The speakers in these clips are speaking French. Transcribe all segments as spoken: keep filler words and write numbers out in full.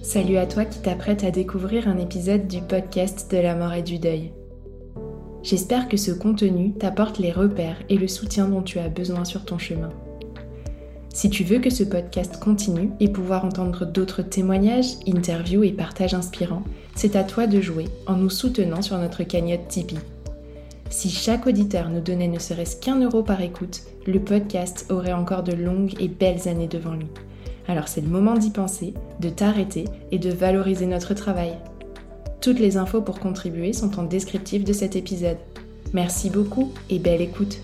Salut à toi qui t'apprête à découvrir un épisode du podcast de la mort et du deuil. J'espère que ce contenu t'apporte les repères et le soutien dont tu as besoin sur ton chemin. Si tu veux que ce podcast continue et pouvoir entendre d'autres témoignages, interviews et partages inspirants, c'est à toi de jouer en nous soutenant sur notre cagnotte Tipeee. Si chaque auditeur nous donnait ne serait-ce qu'un euro par écoute, le podcast aurait encore de longues et belles années devant lui. Alors c'est le moment d'y penser, de t'arrêter et de valoriser notre travail. Toutes les infos pour contribuer sont en descriptif de cet épisode. Merci beaucoup et belle écoute.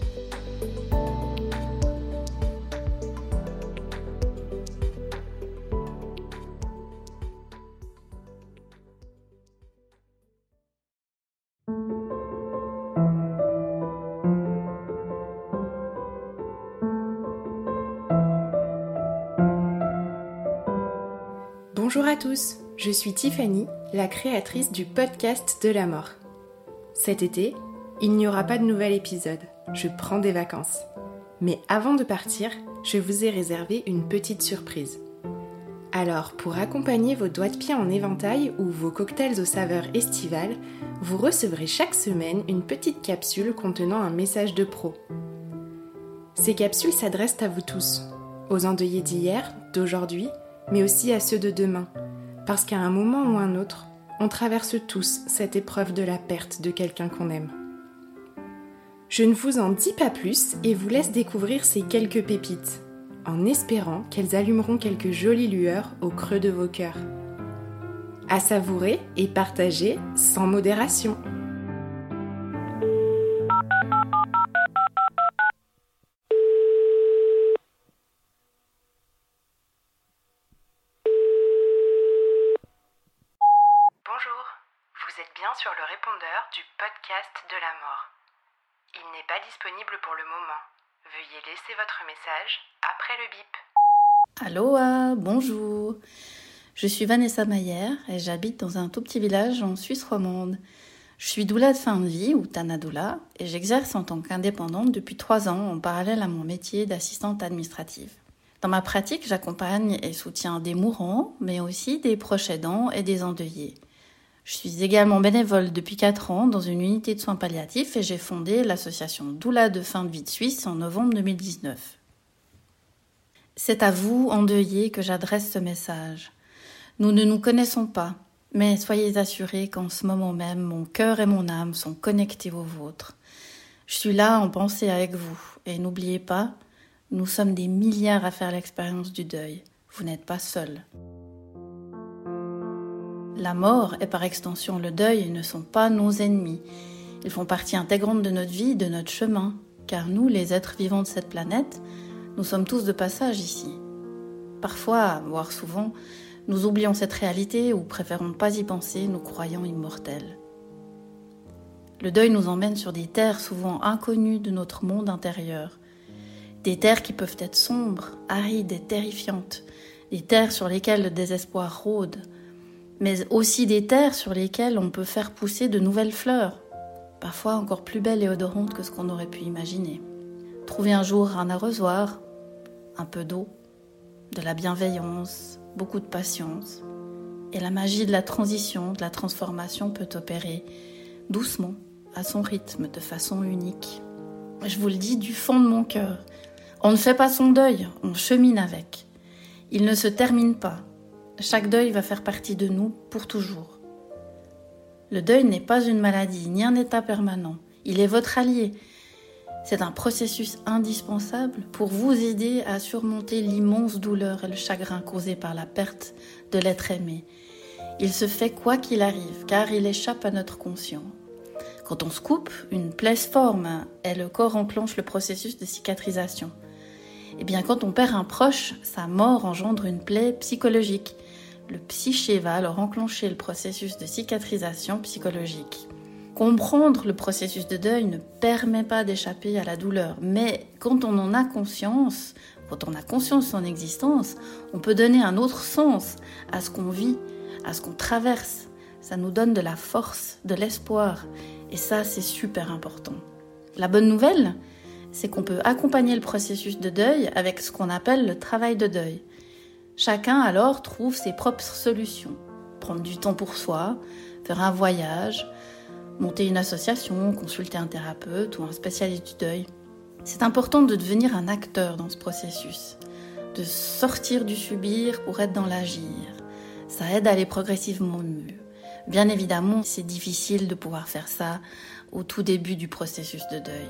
Bonjour à tous, je suis Tiffany, la créatrice du podcast de la mort. Cet été, il n'y aura pas de nouvel épisode, je prends des vacances. Mais avant de partir, je vous ai réservé une petite surprise. Alors, pour accompagner vos doigts de pied en éventail ou vos cocktails aux saveurs estivales, vous recevrez chaque semaine une petite capsule contenant un message de pro. Ces capsules s'adressent à vous tous, aux endeuillés d'hier, d'aujourd'hui, mais aussi à ceux de demain, parce qu'à un moment ou un autre, on traverse tous cette épreuve de la perte de quelqu'un qu'on aime. Je ne vous en dis pas plus et vous laisse découvrir ces quelques pépites, en espérant qu'elles allumeront quelques jolies lueurs au creux de vos cœurs. À savourer et partager sans modération. Sur le répondeur du podcast de la mort. Il n'est pas disponible pour le moment. Veuillez laisser votre message après le bip. Aloha, bonjour. Je suis Vanessa Mayer et j'habite dans un tout petit village en Suisse romande. Je suis doula de fin de vie ou Tana Doula et j'exerce en tant qu'indépendante depuis trois ans en parallèle à mon métier d'assistante administrative. Dans ma pratique, j'accompagne et soutiens des mourants, mais aussi des proches aidants et des endeuillés. Je suis également bénévole depuis quatre ans dans une unité de soins palliatifs et j'ai fondé l'association Doula de fin de vie de Suisse en novembre deux mille dix-neuf. C'est à vous, endeuillés, que j'adresse ce message. Nous ne nous connaissons pas, mais soyez assurés qu'en ce moment même, mon cœur et mon âme sont connectés aux vôtres. Je suis là en pensée avec vous et n'oubliez pas, nous sommes des milliards à faire l'expérience du deuil. Vous n'êtes pas seuls. La mort et par extension le deuil ne sont pas nos ennemis. Ils font partie intégrante de notre vie, de notre chemin, car nous, les êtres vivants de cette planète, nous sommes tous de passage ici. Parfois, voire souvent, nous oublions cette réalité ou préférons ne pas y penser, nous croyant immortels. Le deuil nous emmène sur des terres souvent inconnues de notre monde intérieur. Des terres qui peuvent être sombres, arides et terrifiantes. Des terres sur lesquelles le désespoir rôde. Mais aussi des terres sur lesquelles on peut faire pousser de nouvelles fleurs, parfois encore plus belles et odorantes que ce qu'on aurait pu imaginer. Trouvez un jour un arrosoir, un peu d'eau, de la bienveillance, beaucoup de patience, et la magie de la transition, de la transformation peut opérer doucement, à son rythme, de façon unique. Je vous le dis du fond de mon cœur, on ne fait pas son deuil, on chemine avec. Il ne se termine pas. Chaque deuil va faire partie de nous pour toujours. Le deuil n'est pas une maladie, ni un état permanent. Il est votre allié. C'est un processus indispensable pour vous aider à surmonter l'immense douleur et le chagrin causé par la perte de l'être aimé. Il se fait quoi qu'il arrive, car il échappe à notre conscient. Quand on se coupe, une plaie se forme et le corps enclenche le processus de cicatrisation. Eh bien, quand on perd un proche, sa mort engendre une plaie psychologique. Le psyché va alors enclencher le processus de cicatrisation psychologique. Comprendre le processus de deuil ne permet pas d'échapper à la douleur, mais quand on en a conscience, quand on a conscience de son existence, on peut donner un autre sens à ce qu'on vit, à ce qu'on traverse. Ça nous donne de la force, de l'espoir, et ça, c'est super important. La bonne nouvelle, c'est qu'on peut accompagner le processus de deuil avec ce qu'on appelle le travail de deuil. Chacun alors trouve ses propres solutions. Prendre du temps pour soi, faire un voyage, monter une association, consulter un thérapeute ou un spécialiste du deuil. C'est important de devenir un acteur dans ce processus, de sortir du subir pour être dans l'agir. Ça aide à aller progressivement mieux. Bien évidemment, c'est difficile de pouvoir faire ça au tout début du processus de deuil.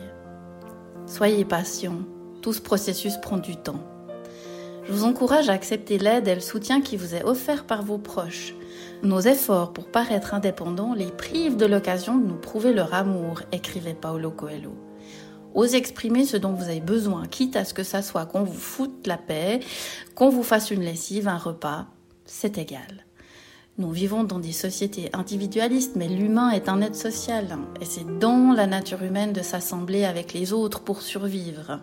Soyez patient, tout ce processus prend du temps. Je vous encourage à accepter l'aide et le soutien qui vous est offert par vos proches. Nos efforts pour paraître indépendants les privent de l'occasion de nous prouver leur amour, écrivait Paulo Coelho. Osez exprimer ce dont vous avez besoin, quitte à ce que ça soit qu'on vous foute la paix, qu'on vous fasse une lessive, un repas, c'est égal. Nous vivons dans des sociétés individualistes, mais l'humain est un être social, hein, et c'est dans la nature humaine de s'assembler avec les autres pour survivre.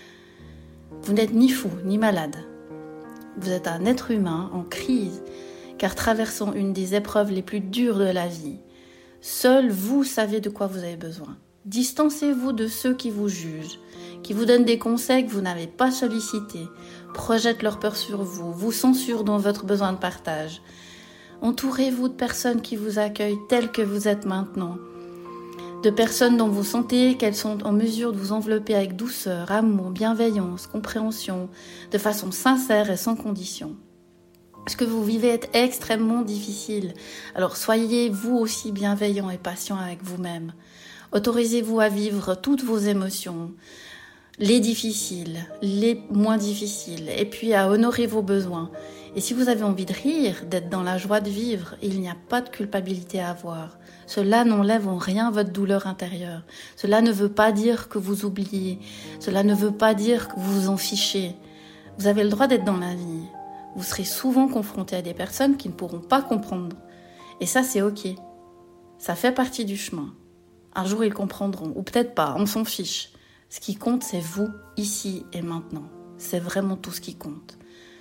Vous n'êtes ni fou, ni malade. Vous êtes un être humain en crise, car traversant une des épreuves les plus dures de la vie, seul vous savez de quoi vous avez besoin. Distancez-vous de ceux qui vous jugent, qui vous donnent des conseils que vous n'avez pas sollicités, projettent leur peur sur vous, vous censurent dans votre besoin de partage. Entourez-vous de personnes qui vous accueillent telles que vous êtes maintenant, de personnes dont vous sentez qu'elles sont en mesure de vous envelopper avec douceur, amour, bienveillance, compréhension, de façon sincère et sans condition. Ce que vous vivez est extrêmement difficile, alors soyez vous aussi bienveillant et patient avec vous-même. Autorisez-vous à vivre toutes vos émotions, les difficiles, les moins difficiles, et puis à honorer vos besoins. Et si vous avez envie de rire, d'être dans la joie de vivre, il n'y a pas de culpabilité à avoir. Cela n'enlève en rien votre douleur intérieure. Cela ne veut pas dire que vous oubliez. Cela ne veut pas dire que vous vous en fichez. Vous avez le droit d'être dans la vie. Vous serez souvent confronté à des personnes qui ne pourront pas comprendre. Et ça, c'est ok. Ça fait partie du chemin. Un jour, ils comprendront, ou peut-être pas, on s'en fiche. Ce qui compte, c'est vous, ici et maintenant. C'est vraiment tout ce qui compte.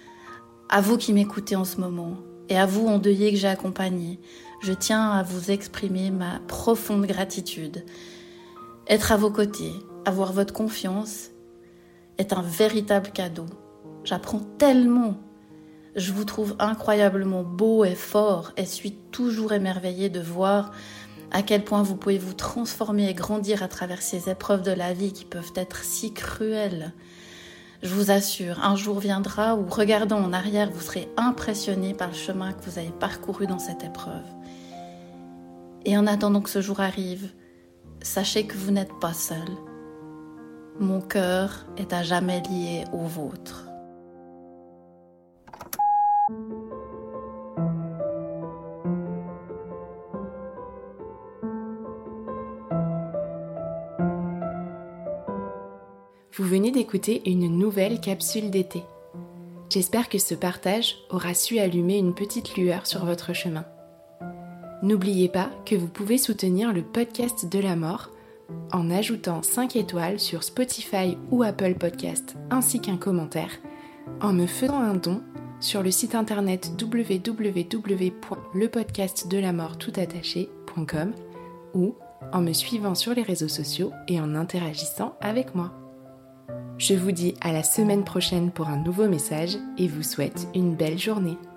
À vous qui m'écoutez en ce moment, et à vous endeuillés que j'ai accompagnés, je tiens à vous exprimer ma profonde gratitude. Être à vos côtés, avoir votre confiance, est un véritable cadeau. J'apprends tellement. Je vous trouve incroyablement beau et fort, et suis toujours émerveillée de voir à quel point vous pouvez vous transformer et grandir à travers ces épreuves de la vie qui peuvent être si cruelles. Je vous assure, un jour viendra où, regardant en arrière, vous serez impressionné par le chemin que vous avez parcouru dans cette épreuve. Et en attendant que ce jour arrive, sachez que vous n'êtes pas seul. Mon cœur est à jamais lié au vôtre. Vous venez d'écouter une nouvelle capsule d'été. J'espère que ce partage aura su allumer une petite lueur sur votre chemin. N'oubliez pas que vous pouvez soutenir le podcast de la mort en ajoutant cinq étoiles sur Spotify ou Apple Podcast ainsi qu'un commentaire, en me faisant un don sur le site internet w w w point le podcast de la mort tout attaché point com ou en me suivant sur les réseaux sociaux et en interagissant avec moi. Je vous dis à la semaine prochaine pour un nouveau message et vous souhaite une belle journée.